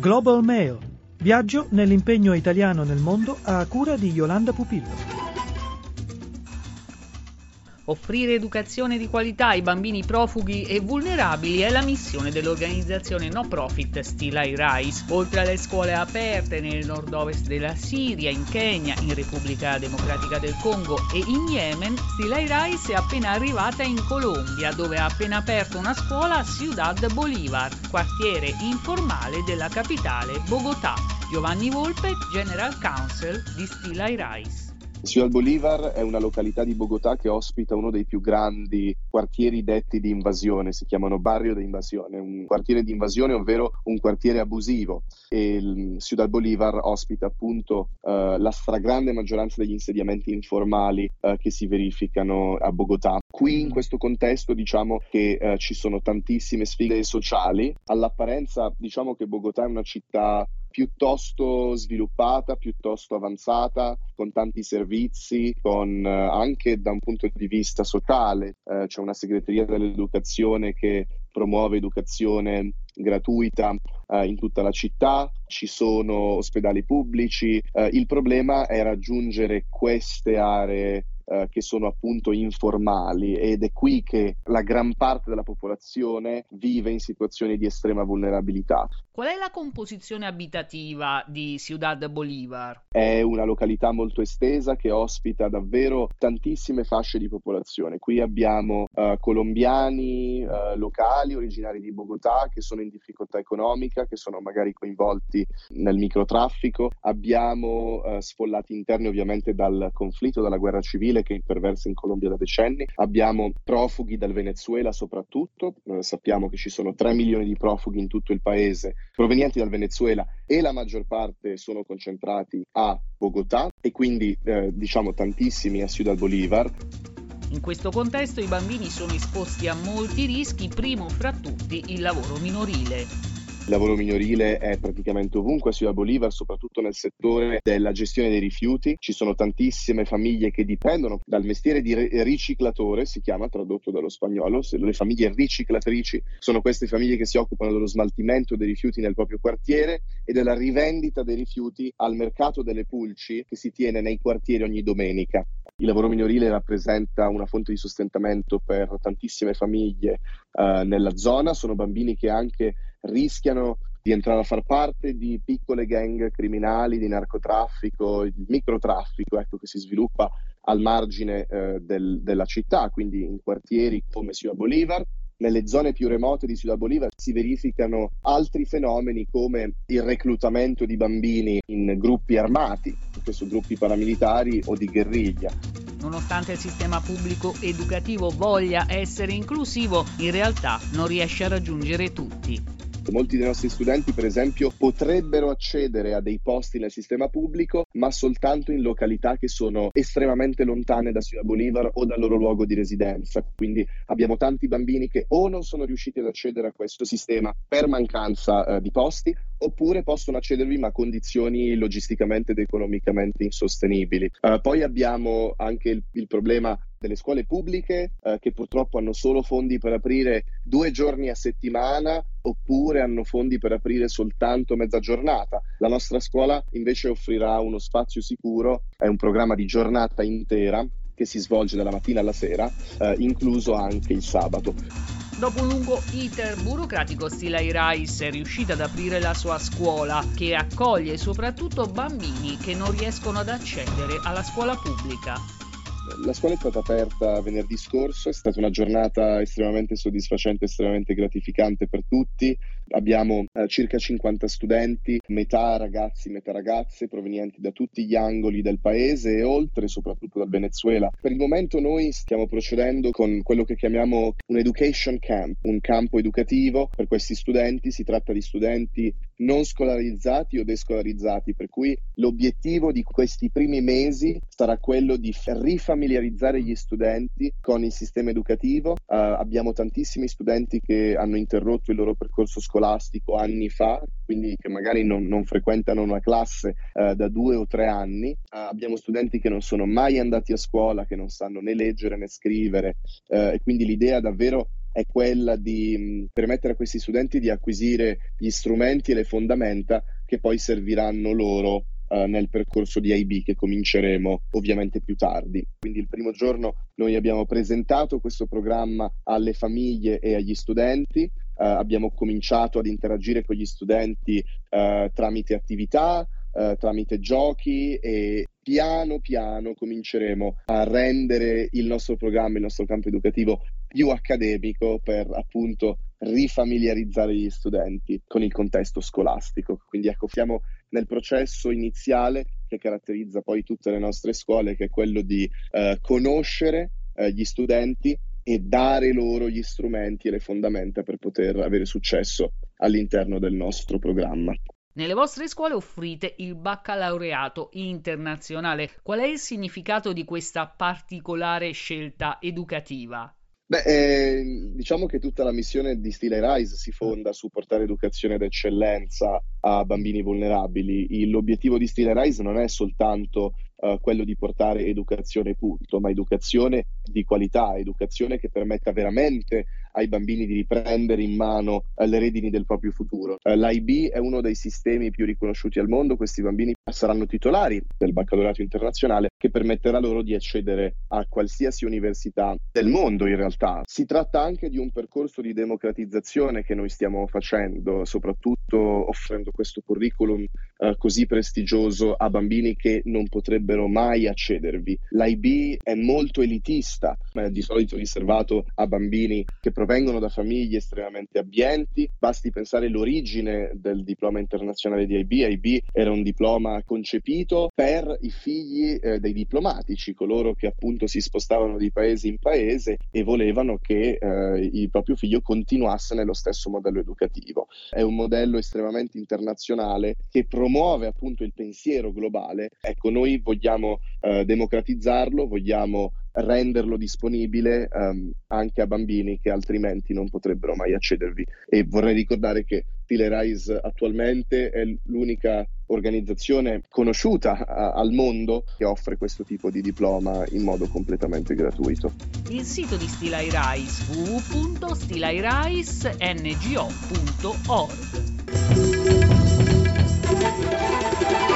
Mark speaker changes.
Speaker 1: Global Mail. Viaggio nell'impegno italiano nel mondo a cura di Yolanda Pupillo.
Speaker 2: Offrire educazione di qualità ai bambini profughi e vulnerabili è la missione dell'organizzazione no profit Still I Rise. Oltre alle scuole aperte nel nord-ovest della Siria, in Kenya, in Repubblica Democratica del Congo e in Yemen, Still I Rise è appena arrivata in Colombia, dove ha appena aperto una scuola a Ciudad Bolívar, quartiere informale della capitale Bogotà. Giovanni Volpe, General Counsel di Still I Rise.
Speaker 3: Ciudad Bolívar è una località di Bogotà che ospita uno dei più grandi quartieri detti di invasione, si chiamano Barrio de Invasione, un quartiere di invasione, ovvero un quartiere abusivo. E il Ciudad Bolívar ospita appunto la stragrande maggioranza degli insediamenti informali che si verificano a Bogotà. Qui in questo contesto diciamo che ci sono tantissime sfide sociali. All'apparenza diciamo che Bogotà è una città piuttosto sviluppata, piuttosto avanzata, con tanti servizi, con anche da un punto di vista sociale. C'è una segreteria dell'educazione che promuove educazione gratuita in tutta la città, ci sono ospedali pubblici. Il problema è raggiungere queste aree che sono appunto informali, ed è qui che la gran parte della popolazione vive in situazioni di estrema vulnerabilità.
Speaker 2: Qual è la composizione abitativa di Ciudad Bolívar?
Speaker 3: È una località molto estesa che ospita davvero tantissime fasce di popolazione. Qui abbiamo colombiani locali, originari di Bogotà, che sono in difficoltà economica, che sono magari coinvolti nel microtraffico. Abbiamo sfollati interni ovviamente dal conflitto, dalla guerra civile che imperversa in Colombia da decenni. Abbiamo profughi dal Venezuela soprattutto. Sappiamo che ci sono 3 milioni di profughi in tutto il paese provenienti dal Venezuela, e la maggior parte sono concentrati a Bogotà, e quindi diciamo tantissimi a Ciudad Bolívar.
Speaker 2: In questo contesto i bambini sono esposti a molti rischi, primo fra tutti il lavoro minorile.
Speaker 3: Il lavoro minorile è praticamente ovunque a Ciudad Bolívar, soprattutto nel settore della gestione dei rifiuti. Ci sono tantissime famiglie che dipendono dal mestiere di riciclatore, si chiama, tradotto dallo spagnolo. Le famiglie riciclatrici sono queste famiglie che si occupano dello smaltimento dei rifiuti nel proprio quartiere e della rivendita dei rifiuti al mercato delle pulci che si tiene nei quartieri ogni domenica. Il lavoro minorile rappresenta una fonte di sostentamento per tantissime famiglie nella zona. Sono bambini che anche rischiano di entrare a far parte di piccole gang criminali, di narcotraffico, di microtraffico, ecco, che si sviluppa al margine della città, quindi in quartieri come Ciudad Bolívar. Nelle zone più remote di Ciudad Bolívar si verificano altri fenomeni come il reclutamento di bambini in gruppi armati, spesso gruppi paramilitari o di guerriglia.
Speaker 2: Nonostante il sistema pubblico educativo voglia essere inclusivo, in realtà non riesce a raggiungere tutti.
Speaker 3: Molti dei nostri studenti, per esempio, potrebbero accedere a dei posti nel sistema pubblico, ma soltanto in località che sono estremamente lontane da Ciudad Bolívar o dal loro luogo di residenza. Quindi abbiamo tanti bambini che o non sono riusciti ad accedere a questo sistema per mancanza di posti, oppure possono accedervi ma a condizioni logisticamente ed economicamente insostenibili. Poi abbiamo anche il problema delle scuole pubbliche che purtroppo hanno solo fondi per aprire 2 giorni a settimana, oppure hanno fondi per aprire soltanto mezza giornata. La nostra scuola invece offrirà uno spazio sicuro, è un programma di giornata intera che si svolge dalla mattina alla sera, incluso anche il sabato.
Speaker 2: Dopo un lungo iter burocratico, Still I Rise è riuscita ad aprire la sua scuola, che accoglie soprattutto bambini che non riescono ad accedere alla scuola pubblica.
Speaker 3: La scuola è stata aperta venerdì scorso, è stata una giornata estremamente soddisfacente, estremamente gratificante per tutti. Abbiamo circa 50 studenti, metà ragazzi, metà ragazze, provenienti da tutti gli angoli del paese e oltre, soprattutto dal Venezuela. Per il momento noi stiamo procedendo con quello che chiamiamo un education camp, un campo educativo per questi studenti. Si tratta di studenti non scolarizzati o descolarizzati, per cui l'obiettivo di questi primi mesi sarà quello di rifamiliarizzare gli studenti con il sistema educativo. Abbiamo tantissimi studenti che hanno interrotto il loro percorso scolastico anni fa, quindi che magari non frequentano una classe da 2 o 3 anni. Abbiamo studenti che non sono mai andati a scuola, che non sanno né leggere né scrivere, e quindi l'idea davvero è quella di permettere a questi studenti di acquisire gli strumenti e le fondamenta che poi serviranno loro nel percorso di IB che cominceremo ovviamente più tardi. Quindi il primo giorno noi abbiamo presentato questo programma alle famiglie e agli studenti, abbiamo cominciato ad interagire con gli studenti tramite attività, tramite giochi, e piano piano cominceremo a rendere il nostro programma, il nostro campo educativo più accademico, per appunto rifamiliarizzare gli studenti con il contesto scolastico. Quindi ecco, siamo nel processo iniziale che caratterizza poi tutte le nostre scuole, che è quello di conoscere gli studenti e dare loro gli strumenti e le fondamenta per poter avere successo all'interno del nostro programma.
Speaker 2: Nelle vostre scuole offrite il baccalaureato internazionale. Qual è il significato di questa particolare scelta educativa?
Speaker 3: Diciamo che tutta la missione di Stile Rise si fonda su portare educazione d'eccellenza a bambini vulnerabili. L'obiettivo di Stile Rise non è soltanto quello di portare educazione punto, ma educazione di qualità, educazione che permetta veramente ai bambini di riprendere in mano le redini del proprio futuro. L'IB è uno dei sistemi più riconosciuti al mondo. Questi bambini saranno titolari del baccalaureato internazionale, che permetterà loro di accedere a qualsiasi università del mondo. In realtà si tratta anche di un percorso di democratizzazione che noi stiamo facendo, soprattutto offrendo questo curriculum così prestigioso a bambini che non potrebbero mai accedervi. L'IB è molto elitista, è di solito riservato a bambini che provengono da famiglie estremamente abbienti. Basti pensare l'origine del diploma internazionale di IB. IB era un diploma concepito per i figli dei diplomatici, coloro che appunto si spostavano di paese in paese e volevano che il proprio figlio continuasse nello stesso modello educativo. È un modello estremamente internazionale che promuove appunto il pensiero globale. Ecco, noi vogliamo democratizzarlo, vogliamo renderlo disponibile anche a bambini che altrimenti non potrebbero mai accedervi. E vorrei ricordare che Stile Rise attualmente è l'unica organizzazione conosciuta al mondo che offre questo tipo di diploma in modo completamente gratuito.
Speaker 2: Il sito di Stile Rise: www.stileriseng.org.